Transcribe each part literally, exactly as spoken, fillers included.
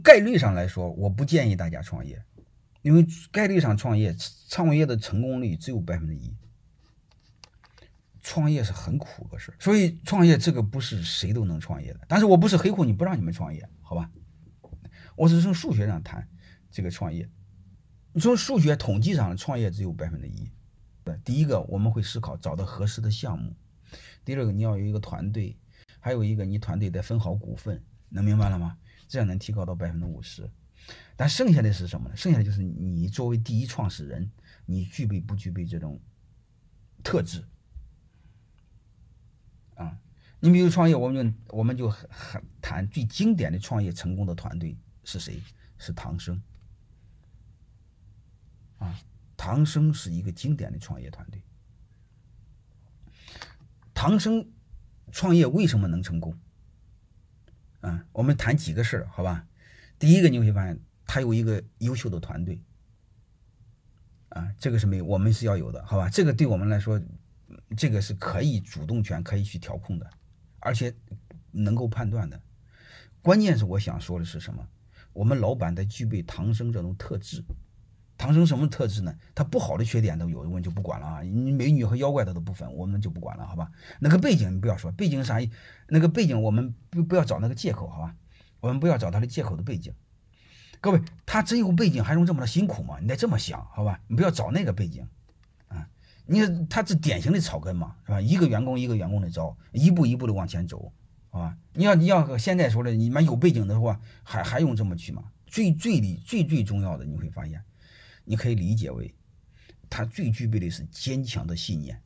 概率上来说，我不建议大家创业，因为概率上创业，创业的成功率只有百分之一。创业是很苦的事，所以创业这个不是谁都能创业的。但是我不是黑户，你不让你们创业，好吧？我只是从数学上谈这个创业。你从数学统计上，创业只有百分之一。第一个，我们会思考找到合适的项目；第二个，你要有一个团队；还有一个，你团队得分好股份，能明白了吗？这样能提高到百分之五十。但剩下的是什么呢？剩下的就是你作为第一创始人，你具备不具备这种特质？啊，你比如创业，我们就我们就很谈最经典的创业成功的团队是谁？是唐僧。啊，唐僧是一个经典的创业团队。唐僧创业为什么能成功？啊，我们谈几个事儿，好吧？第一个，你会发现他有一个优秀的团队。啊，这个是没有，我们是要有的，好吧？这个对我们来说，这个是可以主动权可以去调控的，而且能够判断的。关键是我想说的是什么？我们老板得具备唐僧这种特质。唐僧什么特质呢？他不好的缺点都有，我们就不管了啊。你美女和妖怪他都不分，我们就不管了，好吧？那个背景你不要说，背景啥？那个背景我们不不要找那个借口，好吧？我们不要找他的借口的背景。各位，他真有背景还用这么的辛苦吗？你得这么想，好吧？你不要找那个背景啊。你他是典型的草根嘛，是吧？一个员工一个员工的招，一步一步的往前走，好吧？你要你要现在说的，你们有背景的话，还还用这么去吗？最最里最最重要的，你会发现。你可以理解为，他最具备的是坚强的信念，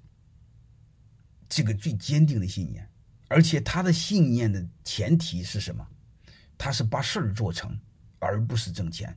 这个最坚定的信念，而且他的信念的前提是什么？他是把事儿做成，而不是挣钱，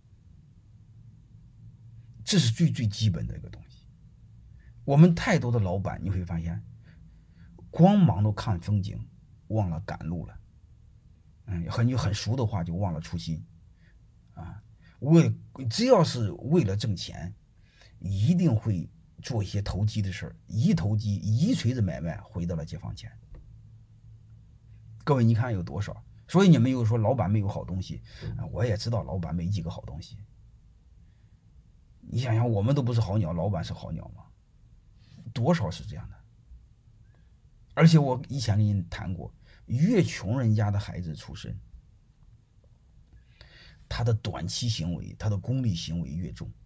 这是最最基本的一个东西。我们太多的老板，你会发现，光忙着看风景，忘了赶路了。嗯，很很熟的话，就忘了初心啊。为只要是为了挣钱，一定会做一些投机的事儿，一投机一锤子买卖回到了解放前。各位，你看有多少？所以你们又说老板没有好东西，我也知道老板没几个好东西。你想想，我们都不是好鸟，老板是好鸟吗？多少是这样的。而且我以前跟你谈过，越穷人家的孩子出身，他的短期行为，他的功利行为越重，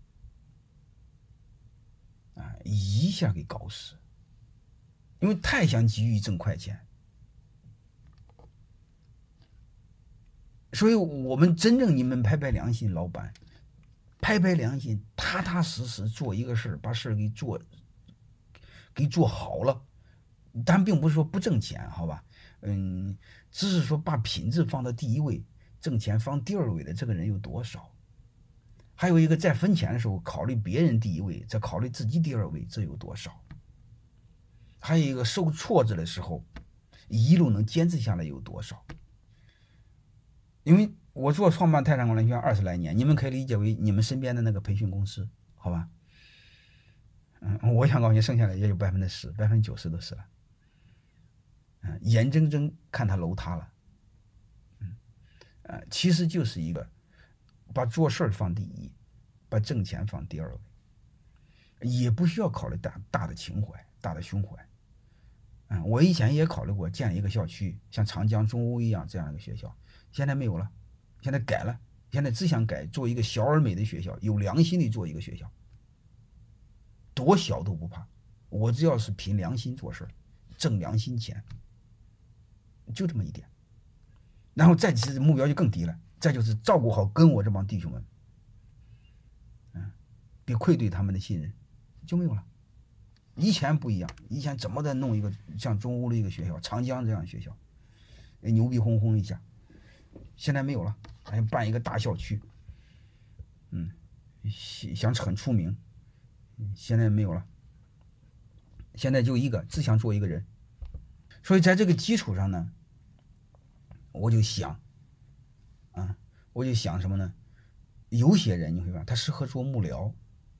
啊，一下给搞死，因为太想急于挣快钱。所以我们真正你们拍拍良心，老板，拍拍良心，踏踏实实做一个事儿，把事儿给做，给做好了。但并不是说不挣钱，好吧？嗯，只是说把品质放到第一位，挣钱放第二位的这个人有多少？还有一个在分钱的时候考虑别人第一位，再考虑自己第二位，这有多少？还有一个受挫折的时候，一路能坚持下来有多少？因为我做创办泰山管理学院二十来年，你们可以理解为你们身边的那个培训公司，好吧？嗯，我想告诉你，剩下的也有百分之十、百分之九十都是了。嗯，眼睁睁看他楼塌了。嗯，呃，其实就是一个把做事儿放第一，把挣钱放第二位，也不需要考虑大大的情怀、大的胸怀。嗯，我以前也考虑过建一个校区，像长江中欧一样这样一个学校，现在没有了，现在改了，现在只想改做一个小而美的学校，有良心的做一个学校，多小都不怕，我只要是凭良心做事，挣良心钱。就这么一点，然后再其实目标就更低了，再就是照顾好跟我这帮弟兄们，嗯，别愧对他们的信任，就没有了。以前不一样，以前怎么再弄一个像中欧的一个学校，长江这样的学校，牛逼哄哄一下，现在没有了，还办一个大校区，嗯，想很出名，现在没有了，现在就一个，只想做一个人。所以在这个基础上呢，我就想，啊，我就想什么呢？有些人你会发现他适合做幕僚，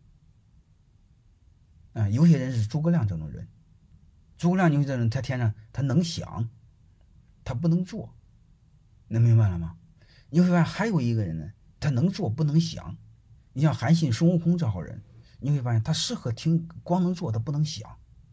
啊，有些人是诸葛亮这种人，诸葛亮你会这种人，他天上他能想，他不能做，能明白了吗？ 你会发现还有一个人呢，他能做不能想。你像韩信、孙悟空这号人，你会发现他适合听，光能做他不能想。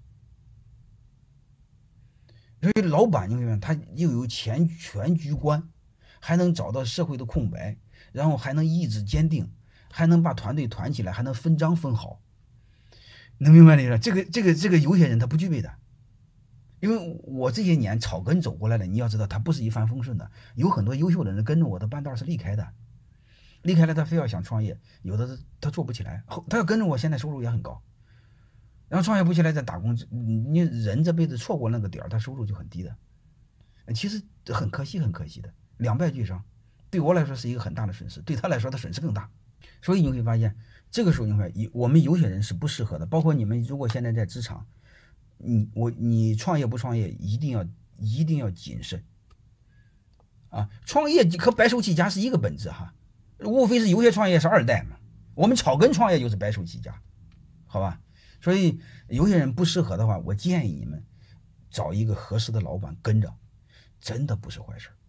所以老板你会发现他又有全全局观，还能找到社会的空白，然后还能意志坚定，还能把团队团起来，还能分章分好。能明白这个？这个这个这个有些人他不具备的。因为我这些年草根走过来的，你要知道他不是一帆风顺的，有很多优秀的人跟着我的半道是离开的，离开了他非要想创业，有的他做不起来，他要跟着我现在收入也很高，然后创业不起来再打工，你人这辈子错过那个点儿，他收入就很低的，其实很可惜很可惜的，两败俱伤，对我来说是一个很大的损失，对他来说他损失更大，所以你会发现这个时候你会我们有些人是不适合的，包括你们如果现在在职场。你我你创业不创业，一定要一定要谨慎啊！创业和白手起家是一个本质哈，无非是有些创业是二代嘛，我们草根创业就是白手起家，好吧？所以有些人不适合的话，我建议你们找一个合适的老板跟着，真的不是坏事。